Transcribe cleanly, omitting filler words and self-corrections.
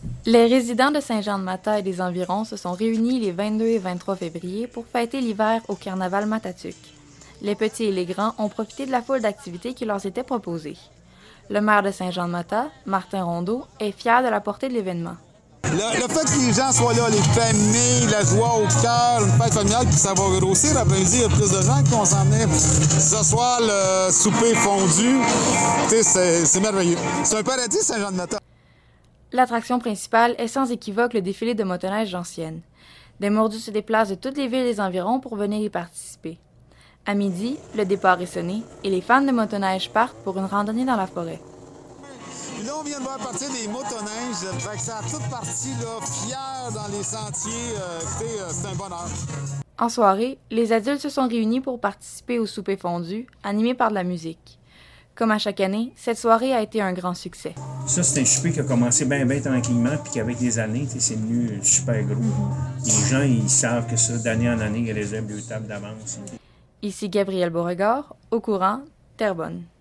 Les résidents de Saint-Jean-de-Matha et des environs se sont réunis les 22 et 23 février pour fêter l'hiver au carnaval Matatuc. Les petits et les grands ont profité de la foule d'activités qui leur étaient proposées. Le maire de Saint-Jean-de-Matha, Martin Rondeau, est fier de la portée de l'événement. Le fait que les gens soient là, les familles, la joie au cœur, une fête familiale, puis ça va grossir. Après-midi, il y a plus de gens qui vont s'en venir. Ce soir, le souper fondu, c'est merveilleux. C'est un paradis, Saint-Jean-de-Matha. L'attraction principale est sans équivoque le défilé de motoneige gentienne. Des mordus se déplacent de toutes les villes des environs pour venir y participer. À midi, le départ est sonné et les fans de motoneige partent pour une randonnée dans la forêt. Puis là, on vient de voir partir des motoneiges. Fait que ça a toute partie, là, fière dans les sentiers. Écoutez, c'est un bonheur. En soirée, les adultes se sont réunis pour participer au souper fondu, animé par de la musique. Comme à chaque année, cette soirée a été un grand succès. Ça, c'est un souper qui a commencé bien tranquillement, puis qu'avec les années, c'est devenu super gros. Les gens, ils savent que ça, d'année en année, ils réservent deux tables d'avance. Ici Gabrielle Beauregard, au courant, Terrebonne.